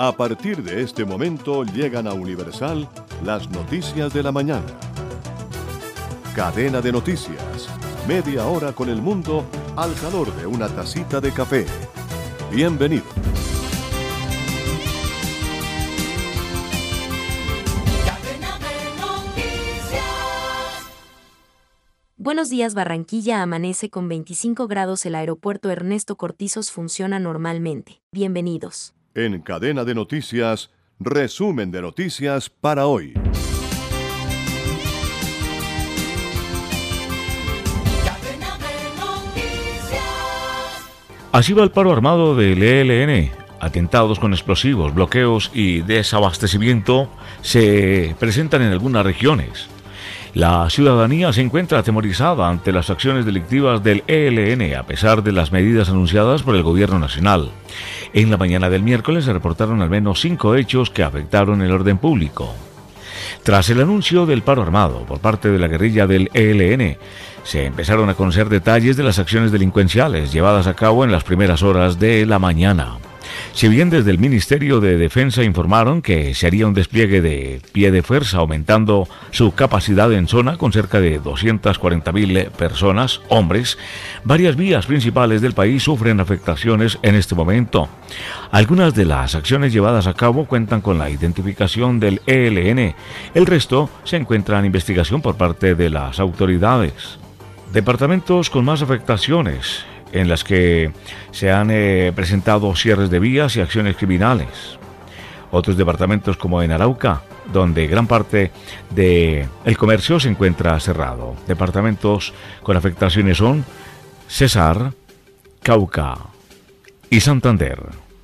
A partir de este momento llegan a Universal las noticias de la mañana. Cadena de noticias. Media hora con el mundo al calor de una tacita de café. Bienvenido. Buenos días. Barranquilla amanece con 25 grados. El aeropuerto Ernesto Cortizos funciona normalmente. Bienvenidos. En Cadena de Noticias, resumen de noticias para hoy. Así va el paro armado del ELN. Atentados con explosivos, bloqueos y desabastecimiento se presentan en algunas regiones. La ciudadanía se encuentra atemorizada ante las acciones delictivas del ELN, a pesar de las medidas anunciadas por el gobierno nacional. En la mañana del miércoles se reportaron al menos 5 hechos que afectaron el orden público. Tras el anuncio del paro armado por parte de la guerrilla del ELN, se empezaron a conocer detalles de las acciones delincuenciales llevadas a cabo en las primeras horas de la mañana. Si bien desde el Ministerio de Defensa informaron que se haría un despliegue de pie de fuerza aumentando su capacidad en zona con cerca de 240.000 personas, hombres, varias vías principales del país sufren afectaciones en este momento. Algunas de las acciones llevadas a cabo cuentan con la identificación del ELN, el resto se encuentra en investigación por parte de las autoridades. Departamentos con más afectaciones, en las que se han presentado cierres de vías y acciones criminales. Otros departamentos como en Arauca, donde gran parte del comercio se encuentra cerrado. Departamentos con afectaciones son Cesar, Cauca y Santander.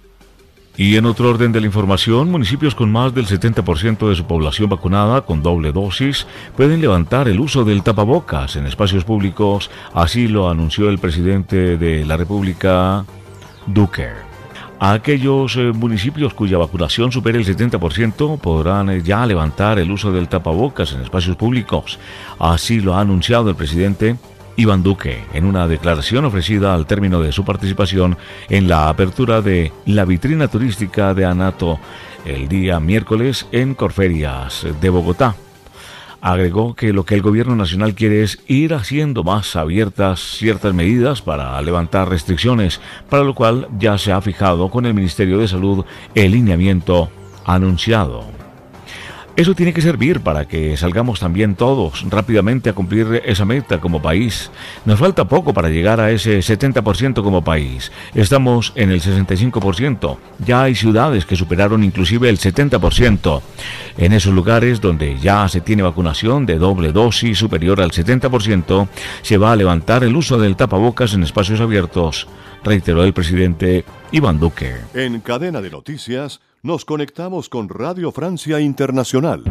Y en otro orden de la información, municipios con más del 70% de su población vacunada con doble dosis pueden levantar el uso del tapabocas en espacios públicos, así lo anunció el presidente de la República, Duque. A aquellos municipios cuya vacunación supere el 70% podrán ya levantar el uso del tapabocas en espacios públicos, así lo ha anunciado el presidente Iván Duque, en una declaración ofrecida al término de su participación en la apertura de la vitrina turística de Anato el día miércoles en Corferias de Bogotá. Agregó que lo que el gobierno nacional quiere es ir haciendo más abiertas ciertas medidas para levantar restricciones, para lo cual ya se ha fijado con el Ministerio de Salud el lineamiento anunciado. Eso tiene que servir para que salgamos también todos rápidamente a cumplir esa meta como país. Nos falta poco para llegar a ese 70% como país. Estamos en el 65%. Ya hay ciudades que superaron inclusive el 70%. En esos lugares donde ya se tiene vacunación de doble dosis superior al 70%, se va a levantar el uso del tapabocas en espacios abiertos, reiteró el presidente Iván Duque. En Cadena de Noticias, nos conectamos con Radio Francia Internacional.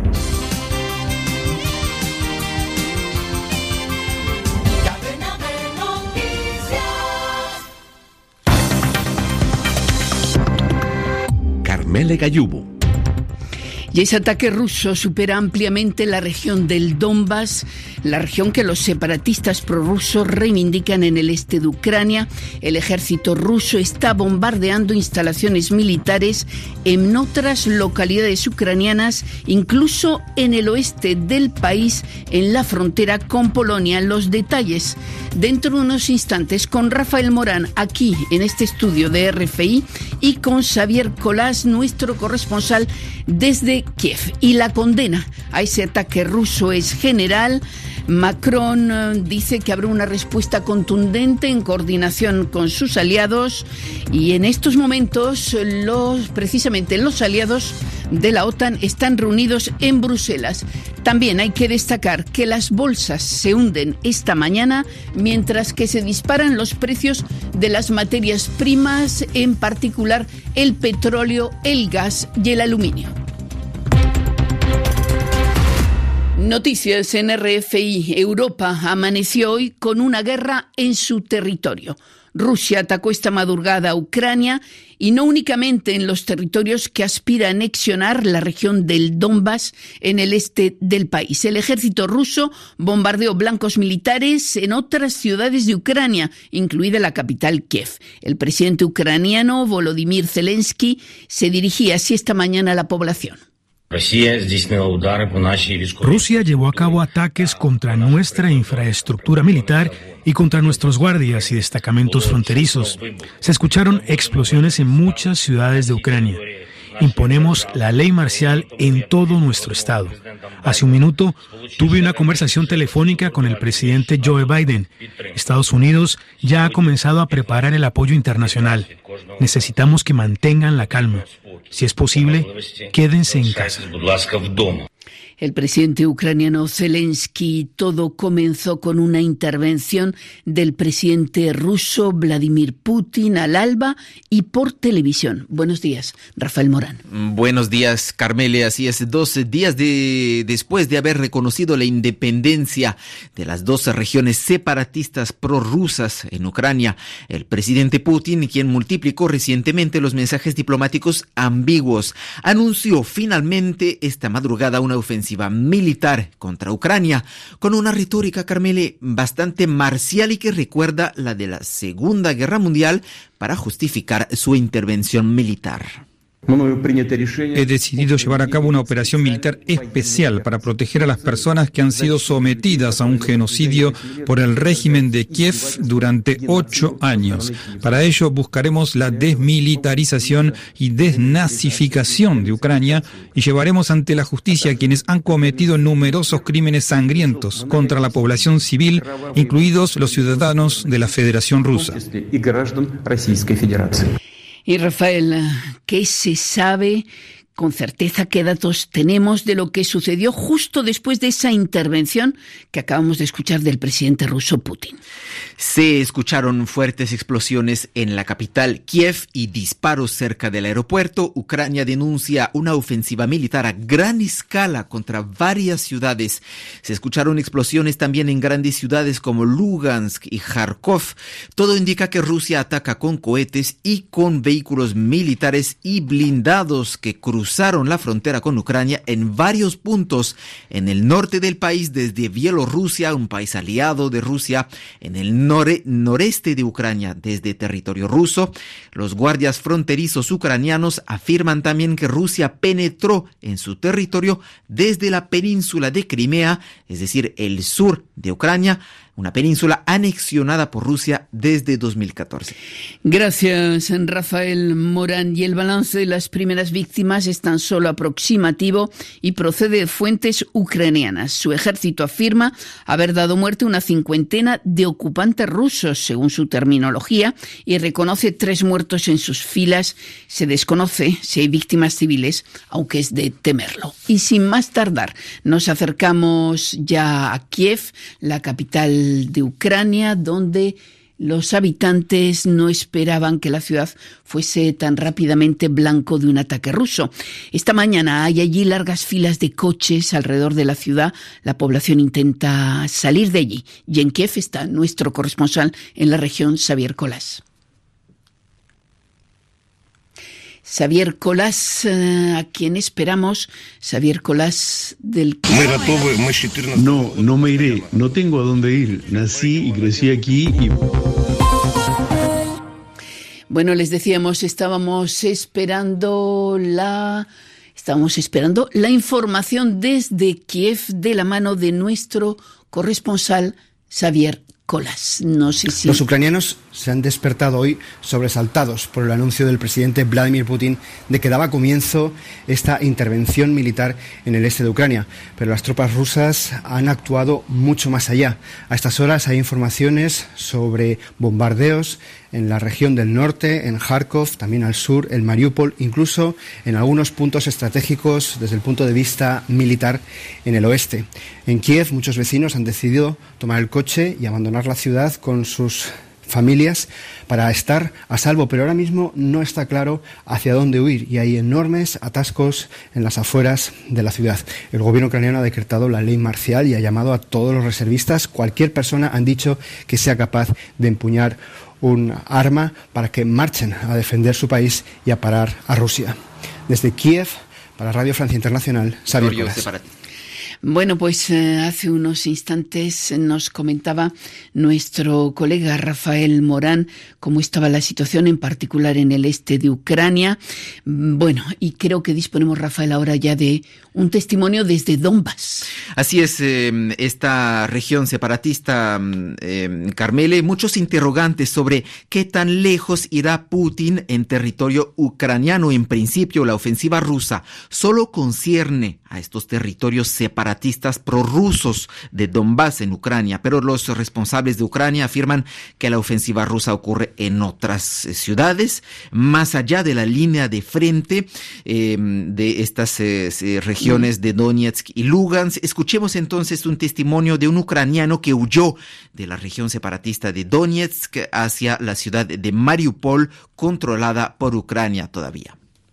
Carmele Gallubo. Y ese ataque ruso supera ampliamente la región del Donbass, la región que los separatistas prorrusos reivindican en el este de Ucrania. El ejército ruso está bombardeando instalaciones militares en otras localidades ucranianas, incluso en el oeste del país, en la frontera con Polonia. Los detalles dentro de unos instantes con Rafael Morán, aquí en este estudio de RFI, y con Xavier Colás, nuestro corresponsal desde Kiev. Y la condena a ese ataque ruso es general. Macron dice que habrá una respuesta contundente en coordinación con sus aliados, y en estos momentos precisamente los aliados de la OTAN están reunidos en Bruselas. También hay que destacar que las bolsas se hunden esta mañana mientras que se disparan los precios de las materias primas, en particular el petróleo, el gas y el aluminio. Noticias en RFI. Europa amaneció hoy con una guerra en su territorio. Rusia atacó esta madrugada a Ucrania y no únicamente en los territorios que aspira a anexionar la región del Donbass en el este del país. El ejército ruso bombardeó blancos militares en otras ciudades de Ucrania, incluida la capital Kiev. El presidente ucraniano Volodymyr Zelensky se dirigía así esta mañana a la población. Rusia llevó a cabo ataques contra nuestra infraestructura militar y contra nuestros guardias y destacamentos fronterizos. Se escucharon explosiones en muchas ciudades de Ucrania. Imponemos la ley marcial en todo nuestro estado. Hace un minuto tuve una conversación telefónica con el presidente Joe Biden. Estados Unidos ya ha comenzado a preparar el apoyo internacional. Necesitamos que mantengan la calma. Si es posible, quédense en casa. El presidente ucraniano Zelensky, todo comenzó con una intervención del presidente ruso Vladimir Putin al alba y por televisión. Buenos días, Rafael Morán. Buenos días, Carmele. Así es, 12 días después de haber reconocido la independencia de las dos regiones separatistas prorrusas en Ucrania, el presidente Putin, quien multiplicó recientemente los mensajes diplomáticos ambiguos, anunció finalmente esta madrugada una ofensiva militar contra Ucrania, con una retórica, Carmele, bastante marcial y que recuerda la de la Segunda Guerra Mundial para justificar su intervención militar. He decidido llevar a cabo una operación militar especial para proteger a las personas que han sido sometidas a un genocidio por el régimen de Kiev durante 8 años. Para ello buscaremos la desmilitarización y desnazificación de Ucrania y llevaremos ante la justicia a quienes han cometido numerosos crímenes sangrientos contra la población civil, incluidos los ciudadanos de la Federación Rusa. Y Rafael, ¿qué se sabe con certeza, qué datos tenemos de lo que sucedió justo después de esa intervención que acabamos de escuchar del presidente ruso Putin? Se escucharon fuertes explosiones en la capital Kiev y disparos cerca del aeropuerto. Ucrania denuncia una ofensiva militar a gran escala contra varias ciudades. Se escucharon explosiones también en grandes ciudades como Lugansk y Kharkov. Todo indica que Rusia ataca con cohetes y con vehículos militares y blindados que cruzaron la frontera con Ucrania en varios puntos en el norte del país, desde Bielorrusia, un país aliado de Rusia, en el noreste de Ucrania, desde territorio ruso. Los guardias fronterizos ucranianos afirman también que Rusia penetró en su territorio desde la península de Crimea, es decir, el sur de Ucrania, una península anexionada por Rusia desde 2014. Gracias, Rafael Morán. Y el balance de las primeras víctimas es tan solo aproximativo y procede de fuentes ucranianas. Su ejército afirma haber dado muerte a una 50 de ocupantes rusos, según su terminología, y reconoce 3 muertos en sus filas. Se desconoce si hay víctimas civiles, aunque es de temerlo. Y sin más tardar, nos acercamos ya a Kiev, la capital de Ucrania, donde los habitantes no esperaban que la ciudad fuese tan rápidamente blanco de un ataque ruso. Esta mañana hay allí largas filas de coches alrededor de la ciudad. La población intenta salir de allí. Y en Kiev está nuestro corresponsal en la región, Xavier Colás. Xavier Colás, a quien esperamos. Xavier Colás del... No me iré, no tengo a dónde ir. Nací y crecí aquí y... Bueno, les decíamos, estábamos esperando la información desde Kiev de la mano de nuestro corresponsal Xavier Colás. No sé si... Los ucranianos se han despertado hoy sobresaltados por el anuncio del presidente Vladimir Putin de que daba comienzo esta intervención militar en el este de Ucrania. Pero las tropas rusas han actuado mucho más allá. A estas horas hay informaciones sobre bombardeos en la región del norte, en Kharkov, también al sur, en Mariupol, incluso en algunos puntos estratégicos desde el punto de vista militar en el oeste. En Kiev muchos vecinos han decidido tomar el coche y abandonar la ciudad con sus familias para estar a salvo, pero ahora mismo no está claro hacia dónde huir y hay enormes atascos en las afueras de la ciudad. El gobierno ucraniano ha decretado la ley marcial y ha llamado a todos los reservistas. Cualquier persona han dicho que sea capaz de empuñar un arma para que marchen a defender su país y a parar a Rusia. Desde Kiev, para Radio Francia Internacional, Xavier Coras. Bueno, pues hace unos instantes nos comentaba nuestro colega Rafael Morán cómo estaba la situación, en particular en el este de Ucrania. Bueno, y creo que disponemos, Rafael, ahora ya de un testimonio desde Donbass. Así es, esta región separatista, Carmele, muchos interrogantes sobre qué tan lejos irá Putin en territorio ucraniano. En principio, la ofensiva rusa solo concierne a estos territorios separatistas prorrusos de Donbass en Ucrania, pero los responsables de Ucrania afirman que la ofensiva rusa ocurre en otras ciudades, más allá de la línea de frente de estas regiones de Donetsk y Lugansk. Escuchemos entonces un testimonio de un ucraniano que huyó de la región separatista de Donetsk hacia la ciudad de Mariupol, controlada por Ucrania todavía.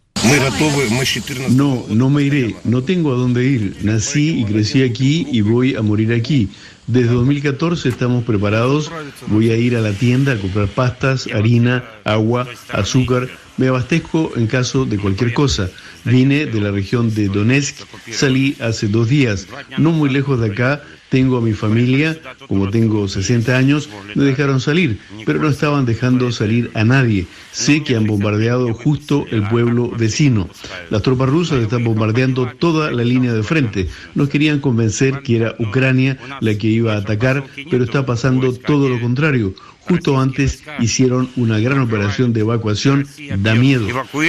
No me iré, no tengo a dónde ir. Nací y crecí aquí y voy a morir aquí. Desde 2014 estamos preparados. Voy a ir a la tienda a comprar pastas, harina, agua, azúcar. Me abastezco en caso de cualquier cosa. Vine de la región de Donetsk, salí hace 2 días. No muy lejos de acá, tengo a mi familia. Como tengo 60 años, me dejaron salir, pero no estaban dejando salir a nadie. Sé que han bombardeado justo el pueblo vecino. Las tropas rusas están bombardeando toda la línea de frente. Nos querían convencer que era Ucrania la que iba a atacar, pero está pasando todo lo contrario. Justo antes hicieron una gran operación de evacuación. Da miedo.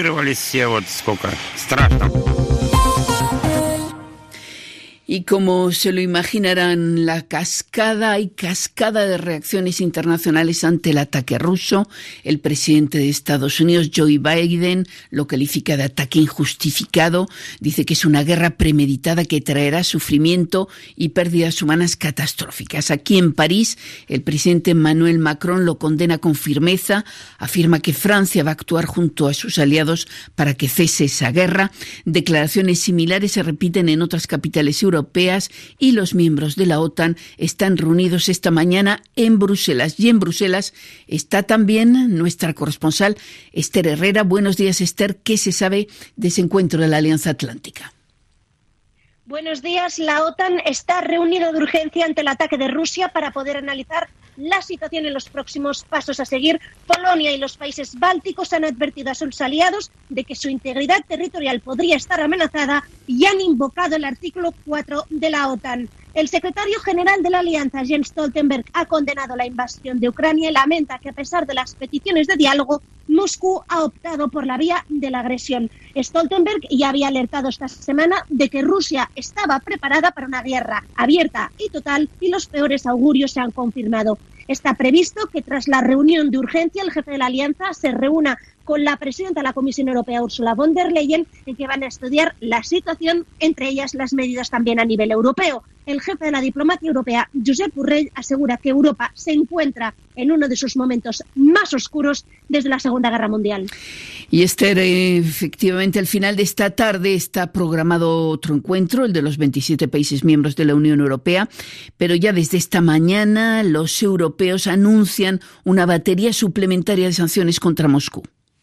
Y como se lo imaginarán, hay cascada de reacciones internacionales ante el ataque ruso. El presidente de Estados Unidos, Joe Biden, lo califica de ataque injustificado. Dice que es una guerra premeditada que traerá sufrimiento y pérdidas humanas catastróficas. Aquí en París, el presidente Emmanuel Macron lo condena con firmeza. Afirma que Francia va a actuar junto a sus aliados para que cese esa guerra. Declaraciones similares se repiten en otras capitales europeas y los miembros de la OTAN están reunidos esta mañana en Bruselas. Y en Bruselas está también nuestra corresponsal Esther Herrera. Buenos días, Esther. ¿Qué se sabe de ese encuentro de la Alianza Atlántica? Buenos días. La OTAN está reunida de urgencia ante el ataque de Rusia para poder analizar la situación en los próximos pasos a seguir. Polonia y los países bálticos han advertido a sus aliados de que su integridad territorial podría estar amenazada y han invocado el artículo 4 de la OTAN. El secretario general de la Alianza, Jens Stoltenberg, ha condenado la invasión de Ucrania y lamenta que, a pesar de las peticiones de diálogo, Moscú ha optado por la vía de la agresión. Stoltenberg ya había alertado esta semana de que Rusia estaba preparada para una guerra abierta y total, y los peores augurios se han confirmado. Está previsto que tras la reunión de urgencia el jefe de la Alianza se reúna con la presidenta de la Comisión Europea, Ursula von der Leyen, en que van a estudiar la situación, entre ellas las medidas también a nivel europeo. El jefe de la diplomacia europea, Josep Borrell, asegura que Europa se encuentra en uno de sus momentos más oscuros desde la Segunda Guerra Mundial. Y Esther, efectivamente, al final de esta tarde está programado otro encuentro, el de los 27 países miembros de la Unión Europea, pero ya desde esta mañana los europeos anuncian una batería suplementaria de sanciones contra Moscú.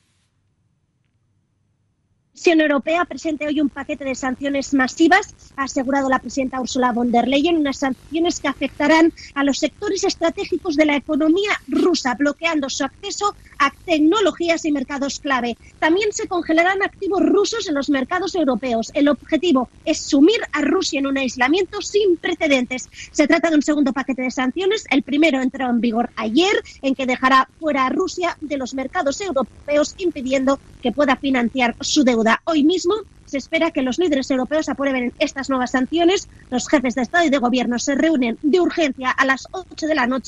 La Comisión Europea presenta hoy un paquete de sanciones masivas, ha asegurado la presidenta Ursula von der Leyen, unas sanciones que afectarán a los sectores estratégicos de la economía rusa, bloqueando su acceso a tecnologías y mercados clave. También se congelarán activos rusos en los mercados europeos. El objetivo es sumir a Rusia en un aislamiento sin precedentes. Se trata de un segundo paquete de sanciones. El primero entró en vigor ayer, en que dejará fuera a Rusia de los mercados europeos, impidiendo que pueda financiar su deuda. Hoy mismo se espera que los líderes europeos aprueben estas nuevas sanciones. Los jefes de Estado y de Gobierno se reúnen de urgencia a las 8 de la noche,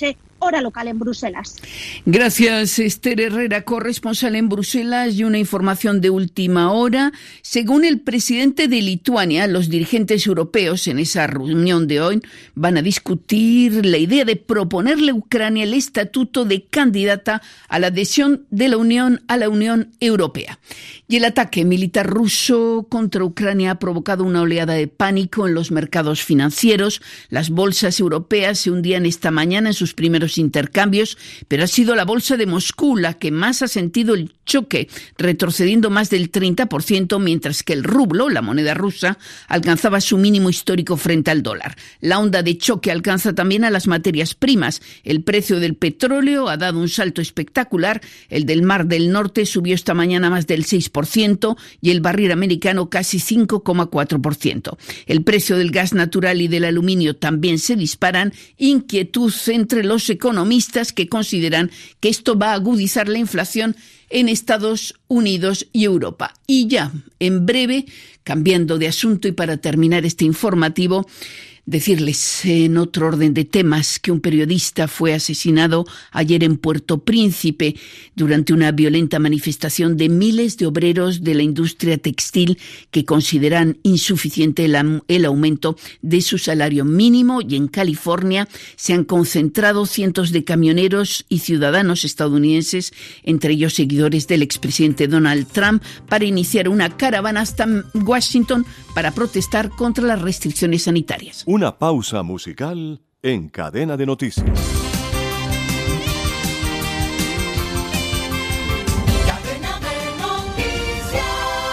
hora local en Bruselas. Gracias, Esther Herrera, corresponsal en Bruselas. Y una información de última hora. Según el presidente de Lituania, los dirigentes europeos en esa reunión de hoy van a discutir la idea de proponerle a Ucrania el estatuto de candidata a la adhesión de la Unión a la Unión Europea. Y el ataque militar ruso contra Ucrania ha provocado una oleada de pánico en los mercados financieros. Las bolsas europeas se hundían esta mañana en sus primeros intercambios, pero ha sido la bolsa de Moscú la que más ha sentido el choque, retrocediendo más del 30%, mientras que el rublo, la moneda rusa, alcanzaba su mínimo histórico frente al dólar. La onda de choque alcanza también a las materias primas. El precio del petróleo ha dado un salto espectacular. El del Mar del Norte subió esta mañana más del 6% y el barril americano casi 5,4%. El precio del gas natural y del aluminio también se disparan. Inquietud entre los economistas que consideran que esto va a agudizar la inflación en Estados Unidos y Europa. Y ya, en breve, cambiando de asunto y para terminar este informativo, decirles en otro orden de temas que un periodista fue asesinado ayer en Puerto Príncipe durante una violenta manifestación de miles de obreros de la industria textil que consideran insuficiente el aumento de su salario mínimo. Y en California se han concentrado cientos de camioneros y ciudadanos estadounidenses, entre ellos seguidores del expresidente Donald Trump, para iniciar una caravana hasta Washington para protestar contra las restricciones sanitarias. Una pausa musical en Cadena de Noticias. Cadena de Noticias.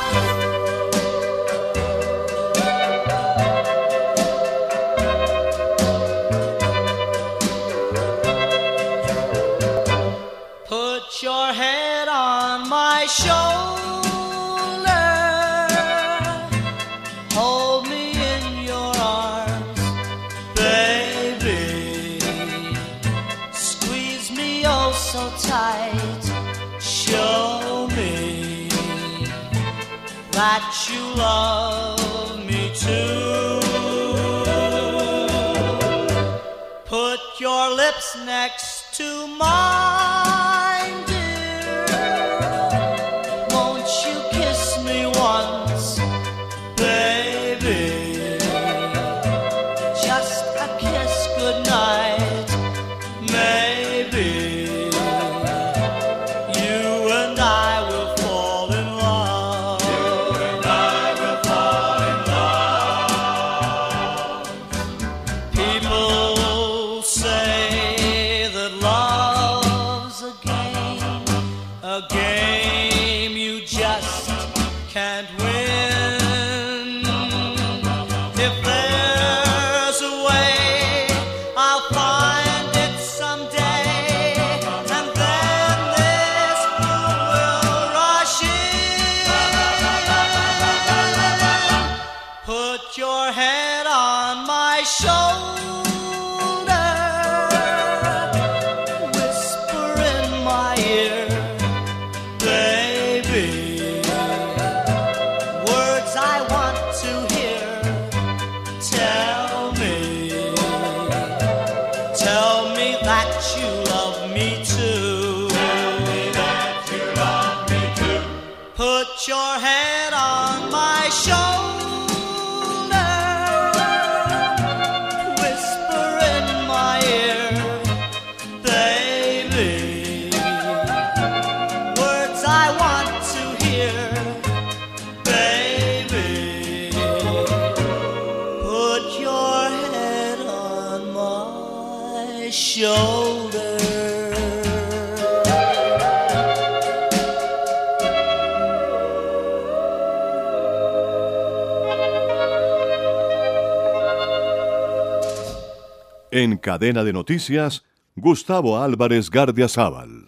Put your head on my shoulder. Hold me in your arms, baby. Squeeze me oh so tight. Show me that you love me too. Put your lips next to mine, dear. Won't you kiss me once, baby? Just a kiss goodnight, maybe. You and I will fall in love. You and I will fall in love. People say that love's a game you just can't win. If there's a way, I'll find it someday, and then this moon will rush in. Put your head on my shoulder, whisper in my ear, baby, words I want to hear. Tell me that you love me too. Tell me that you love me too. Put your head on my shoulder, whisper in my ear, baby, words I want to hear, baby. Put your head on my shoulder. En Cadena de Noticias, Gustavo Álvarez Gardiazabal.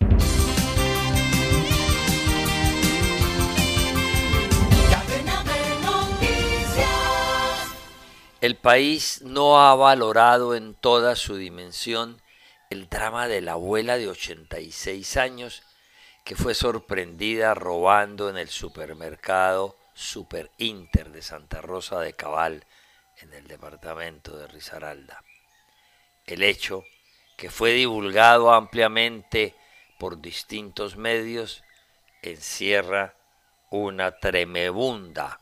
El país no ha valorado en toda su dimensión el drama de la abuela de 86 años que fue sorprendida robando en el supermercado Super Inter de Santa Rosa de Cabal, en el departamento de Risaralda. El hecho que fue divulgado ampliamente por distintos medios, encierra una tremenda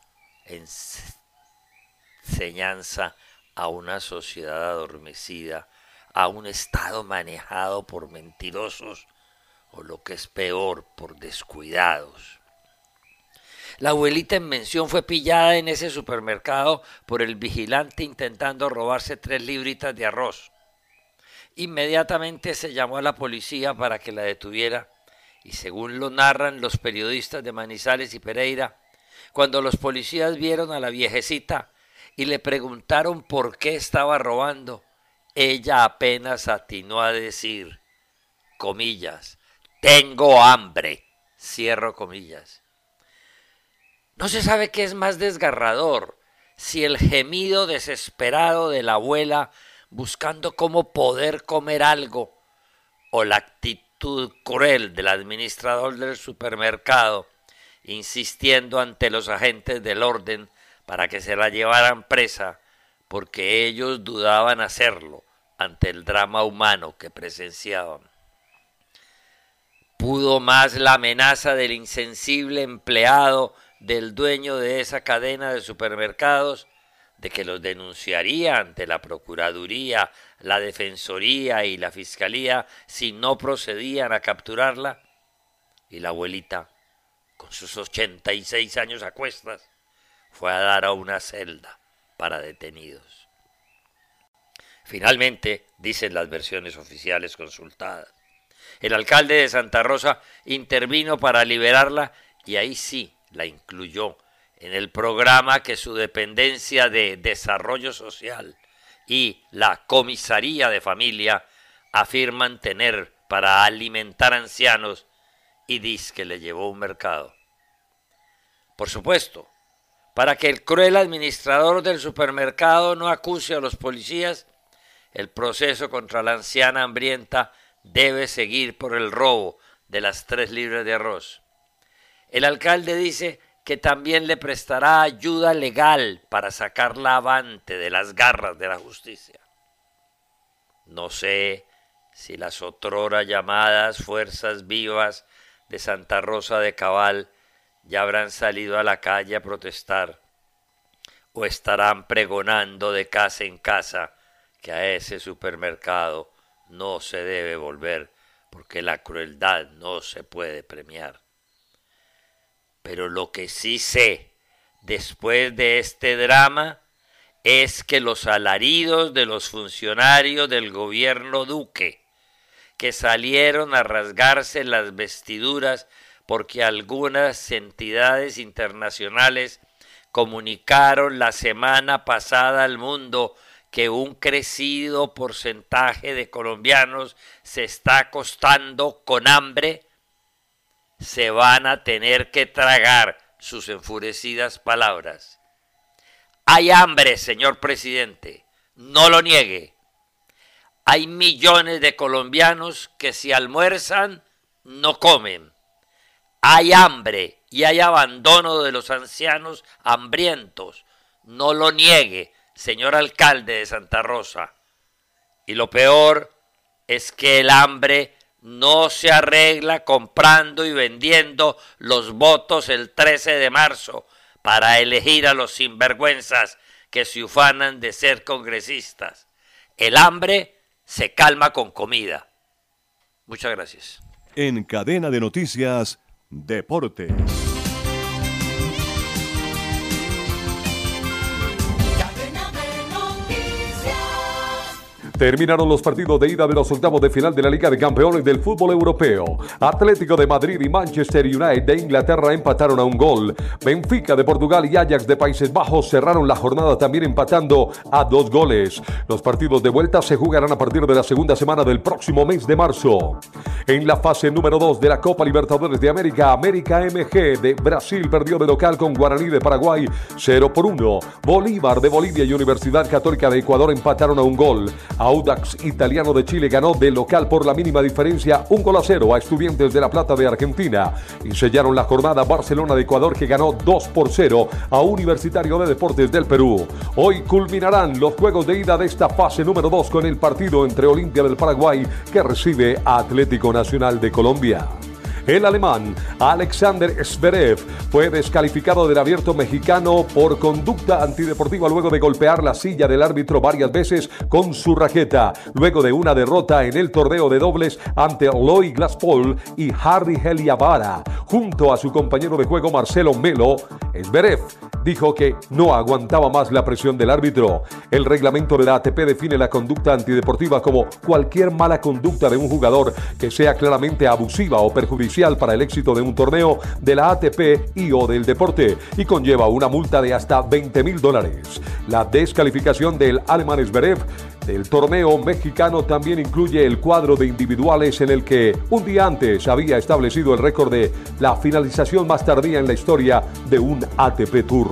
enseñanza a una sociedad adormecida, a un Estado manejado por mentirosos o lo que es peor, por descuidados. La abuelita en mención fue pillada en ese supermercado por el vigilante intentando robarse 3 libritas de arroz. Inmediatamente se llamó a la policía para que la detuviera y según lo narran los periodistas de Manizales y Pereira, cuando los policías vieron a la viejecita y le preguntaron por qué estaba robando, ella apenas atinó a decir, comillas, tengo hambre, cierro comillas. No se sabe qué es más desgarrador, si el gemido desesperado de la abuela buscando cómo poder comer algo, o la actitud cruel del administrador del supermercado, insistiendo ante los agentes del orden para que se la llevaran presa, porque ellos dudaban hacerlo ante el drama humano que presenciaban. Pudo más la amenaza del insensible empleado del dueño de esa cadena de supermercados, de que los denunciaría ante la Procuraduría, la Defensoría y la Fiscalía si no procedían a capturarla, y la abuelita, con sus 86 años a cuestas, fue a dar a una celda para detenidos. Finalmente, dicen las versiones oficiales consultadas, el alcalde de Santa Rosa intervino para liberarla y ahí sí la incluyó en el programa que su dependencia de Desarrollo Social y la Comisaría de Familia afirman tener para alimentar ancianos y dizque le llevó un mercado. Por supuesto, para que el cruel administrador del supermercado no acuse a los policías, el proceso contra la anciana hambrienta debe seguir por el robo de las 3 libras de arroz. El alcalde dice que también le prestará ayuda legal para sacarla avante de las garras de la justicia. No sé si las otrora llamadas fuerzas vivas de Santa Rosa de Cabal ya habrán salido a la calle a protestar o estarán pregonando de casa en casa que a ese supermercado no se debe volver porque la crueldad no se puede premiar. Pero lo que sí sé después de este drama es que los alaridos de los funcionarios del gobierno Duque, que salieron a rasgarse las vestiduras porque algunas entidades internacionales comunicaron la semana pasada al mundo que un crecido porcentaje de colombianos se está acostando con hambre, se van a tener que tragar sus enfurecidas palabras. Hay hambre, señor presidente, no lo niegue. Hay millones de colombianos que si almuerzan, no comen. Hay hambre y hay abandono de los ancianos hambrientos. No lo niegue, señor alcalde de Santa Rosa. Y lo peor es que el hambre no se arregla comprando y vendiendo los votos el 13 de marzo para elegir a los sinvergüenzas que se ufanan de ser congresistas. El hambre se calma con comida. Muchas gracias. En Cadena de Noticias, Deportes. Terminaron los partidos de ida de los octavos de final de la Liga de Campeones del fútbol europeo. Atlético de Madrid y Manchester United de Inglaterra empataron a un gol. Benfica de Portugal y Ajax de Países Bajos cerraron la jornada también empatando a 2 goles. Los partidos de vuelta se jugarán a partir de la segunda semana del próximo mes de marzo. En la fase número 2 de la Copa Libertadores de América, América MG de Brasil perdió de local con Guaraní de Paraguay 0-1. Bolívar de Bolivia y Universidad Católica de Ecuador empataron a un gol. Audax Italiano de Chile ganó de local por la mínima diferencia 1-0 a Estudiantes de La Plata de Argentina. Y sellaron la jornada Barcelona de Ecuador, que ganó 2-0 a Universitario de Deportes del Perú. Hoy culminarán los juegos de ida de esta fase número 2 con el partido entre Olimpia del Paraguay, que recibe a Atlético Nacional de Colombia. El alemán Alexander Zverev fue descalificado del Abierto mexicano por conducta antideportiva luego de golpear la silla del árbitro varias veces con su raqueta, luego de una derrota en el torneo de dobles ante Loïc Glaspol y Harry Heliavara. Junto a su compañero de juego Marcelo Melo, Zverev dijo que no aguantaba más la presión del árbitro. El reglamento de la ATP define la conducta antideportiva como cualquier mala conducta de un jugador que sea claramente abusiva o perjudicial para el éxito de un torneo de la ATP y o del deporte, y conlleva una multa de hasta $20,000. La descalificación del alemán Zverev del torneo mexicano también incluye el cuadro de individuales, en el que un día antes había establecido el récord de la finalización más tardía en la historia de un ATP Tour.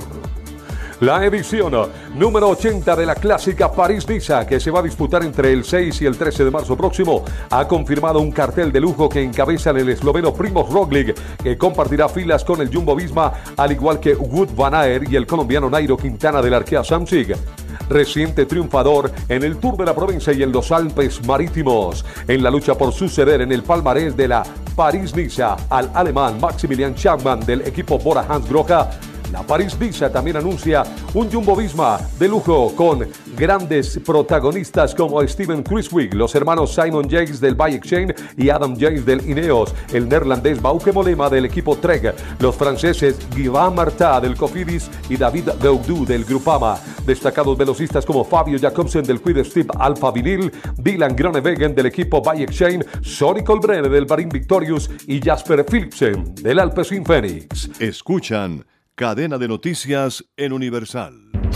La edición número 80 de la clásica París-Niza, que se va a disputar entre el 6 y el 13 de marzo próximo, ha confirmado un cartel de lujo que encabezan el esloveno Primož Roglic, que compartirá filas con el Jumbo-Visma, al igual que Wout van Aert y el colombiano Nairo Quintana del Arkea Samsic. Reciente triunfador en el Tour de la Provenza y en los Alpes Marítimos. En la lucha por suceder en el palmarés de la París-Niza al alemán Maximilian Schachmann del equipo Bora-Hansgrohe, la París-Niza también anuncia un Jumbo-Visma de lujo con grandes protagonistas como Steven Kruijswijk, los hermanos Simon Yates del Bike-Exchange y Adam Yates del Ineos, el neerlandés Bauke Mollema del equipo Trek, los franceses Guillaume Martin del Cofidis y David Gaudu del Groupama, destacados velocistas como Fabio Jacobsen del Quick-Step Alpha Vinyl, Dylan Groenewegen del equipo Bike-Exchange, Sonny Colbrelli del Bahrain Victorious y Jasper Philipsen del Alpecin Phoenix. Escuchan Cadena de Noticias en Universal.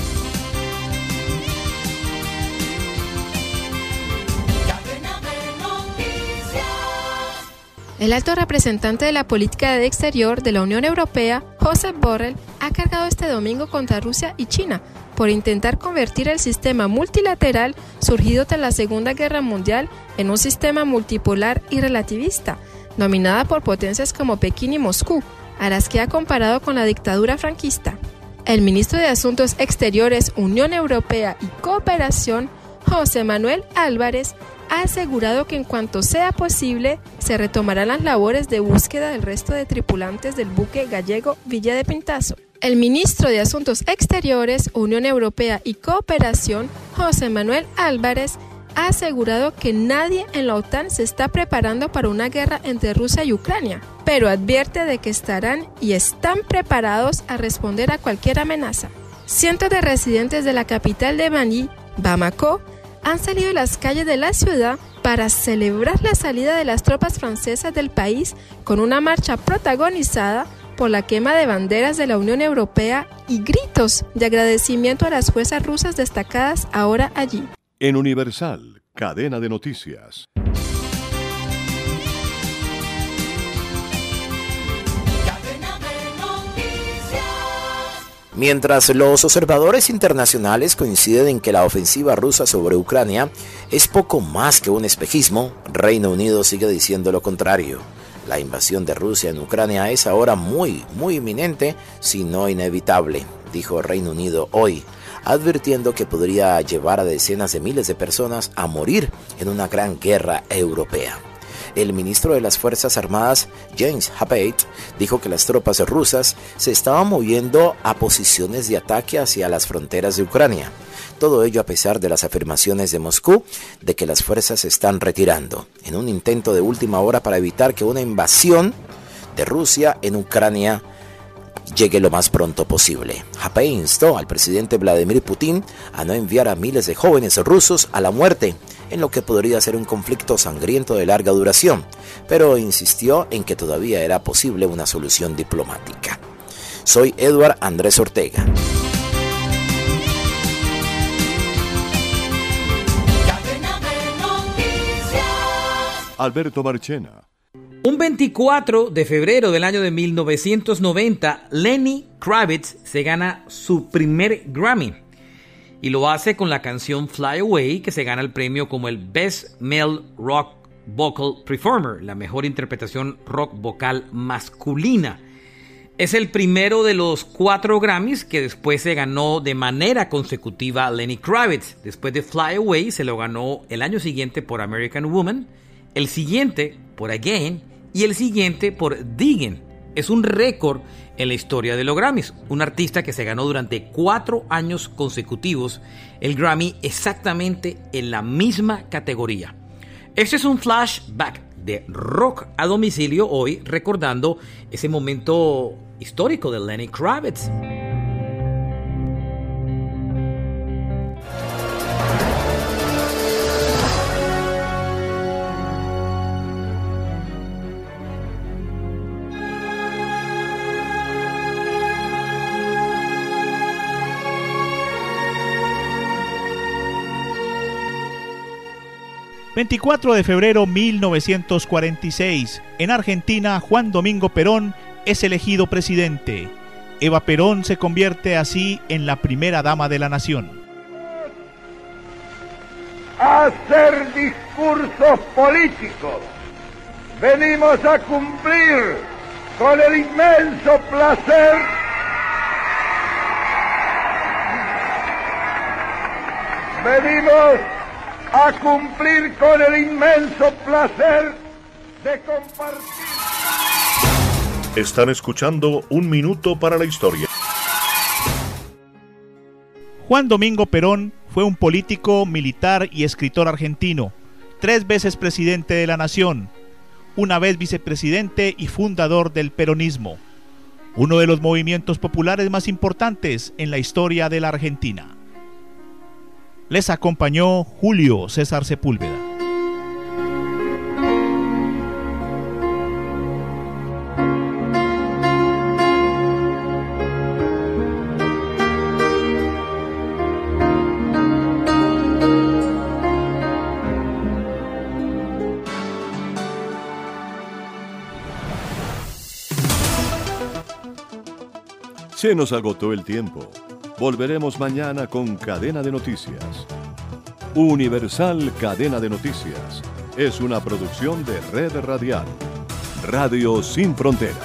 El alto representante de la política de exterior de la Unión Europea, Josep Borrell, ha cargado este domingo contra Rusia y China por intentar convertir el sistema multilateral surgido tras la Segunda Guerra Mundial en un sistema multipolar y relativista, dominada por potencias como Pekín y Moscú, a las que ha comparado con la dictadura franquista. El ministro de Asuntos Exteriores, Unión Europea y Cooperación, José Manuel Álvarez, ha asegurado que en cuanto sea posible se retomarán las labores de búsqueda del resto de tripulantes del buque gallego Villa de Pintazo. El ministro de Asuntos Exteriores, Unión Europea y Cooperación, José Manuel Álvarez, ha asegurado que nadie en la OTAN se está preparando para una guerra entre Rusia y Ucrania, pero advierte de que estarán y están preparados a responder a cualquier amenaza. Cientos de residentes de la capital de Mali, Bamako, han salido a las calles de la ciudad para celebrar la salida de las tropas francesas del país con una marcha protagonizada por la quema de banderas de la Unión Europea y gritos de agradecimiento a las fuerzas rusas destacadas ahora allí. En Universal, Cadena de Noticias. Mientras los observadores internacionales coinciden en que la ofensiva rusa sobre Ucrania es poco más que un espejismo, Reino Unido sigue diciendo lo contrario. La invasión de Rusia en Ucrania es ahora muy inminente, si no inevitable, dijo Reino Unido hoy, advirtiendo que podría llevar a decenas de miles de personas a morir en una gran guerra europea. El ministro de las Fuerzas Armadas, James Happeit, dijo que las tropas rusas se estaban moviendo a posiciones de ataque hacia las fronteras de Ucrania. Todo ello a pesar de las afirmaciones de Moscú de que las fuerzas se están retirando, en un intento de última hora para evitar que una invasión de Rusia en Ucrania llegue lo más pronto posible. Happeit instó al presidente Vladimir Putin a no enviar a miles de jóvenes rusos a la muerte en lo que podría ser un conflicto sangriento de larga duración, pero insistió en que todavía era posible una solución diplomática. Soy Eduard Andrés Ortega. Alberto Marchena. Un 24 de febrero del año de 1990, Lenny Kravitz se gana su primer Grammy y lo hace con la canción Fly Away, que se gana el premio como el Best Male Rock Vocal Performer, la mejor interpretación rock vocal masculina. Es el primero de los 4 Grammys que después se ganó de manera consecutiva Lenny Kravitz. Después de Fly Away se lo ganó el año siguiente por American Woman, el siguiente por Again y el siguiente por Diggin'. Es un récord en la historia de los Grammys. Un artista que se ganó durante 4 años consecutivos el Grammy exactamente en la misma categoría. Este es un flashback de rock a domicilio hoy, recordando ese momento histórico de Lenny Kravitz. ...24 de febrero 1946... en Argentina, Juan Domingo Perón es elegido presidente. Eva Perón se convierte así en la primera dama de la nación. Hacer discursos políticos. Venimos a cumplir con el inmenso placer a cumplir con el inmenso placer de compartir. Están escuchando Un Minuto para la Historia. Juan Domingo Perón fue un político, militar y escritor argentino, 3 veces presidente de la nación, una vez vicepresidente y fundador del peronismo, uno de los movimientos populares más importantes en la historia de la Argentina. Les acompañó Julio César Sepúlveda. Se nos agotó el tiempo. Volveremos mañana con Cadena de Noticias. Universal Cadena de Noticias es una producción de Red Radial. Radio Sin Fronteras.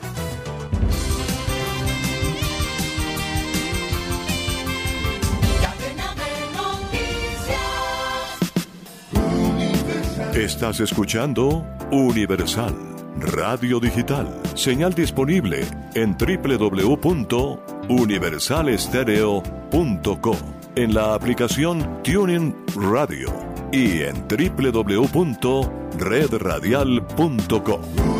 Estás escuchando Universal Radio Digital. Señal disponible en www.universalestereo.co, en la aplicación TuneIn Radio y en www.redradial.co.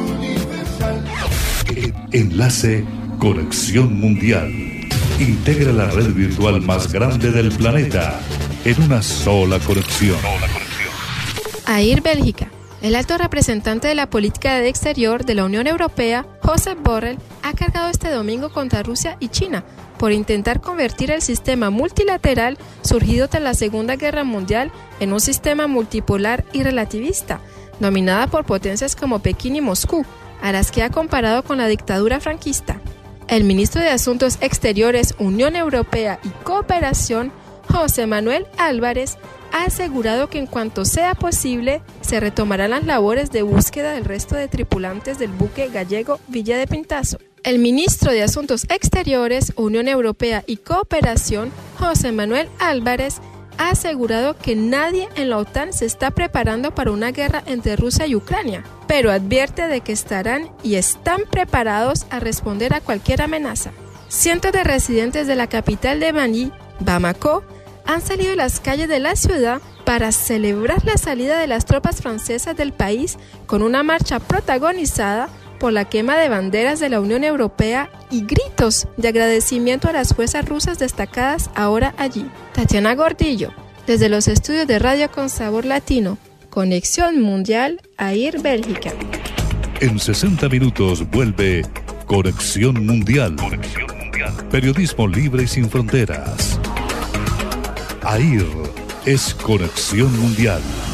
Enlace Conexión Mundial. Integra la red virtual más grande del planeta en una sola conexión. AIR Bélgica. El alto representante de la política de exterior de la Unión Europea, Josep Borrell, ha cargado este domingo contra Rusia y China por intentar convertir el sistema multilateral surgido tras la Segunda Guerra Mundial en un sistema multipolar y relativista, dominada por potencias como Pekín y Moscú, a las que ha comparado con la dictadura franquista. El ministro de Asuntos Exteriores, Unión Europea y Cooperación, José Manuel Álvarez, ha asegurado que en cuanto sea posible se retomarán las labores de búsqueda del resto de tripulantes del buque gallego Villa de Pintazo. El ministro de Asuntos Exteriores, Unión Europea y Cooperación, José Manuel Álvarez, ha asegurado que nadie en la OTAN se está preparando para una guerra entre Rusia y Ucrania, pero advierte de que estarán y están preparados a responder a cualquier amenaza. Cientos de residentes de la capital de Mali, Bamako, han salido a las calles de la ciudad para celebrar la salida de las tropas francesas del país con una marcha protagonizada por la quema de banderas de la Unión Europea y gritos de agradecimiento a las fuerzas rusas destacadas ahora allí. Tatiana Gordillo, desde los estudios de Radio con Sabor Latino, Conexión Mundial, AIR Bélgica. En 60 minutos vuelve Conexión Mundial. Periodismo libre y sin fronteras. AIR es Conexión Mundial.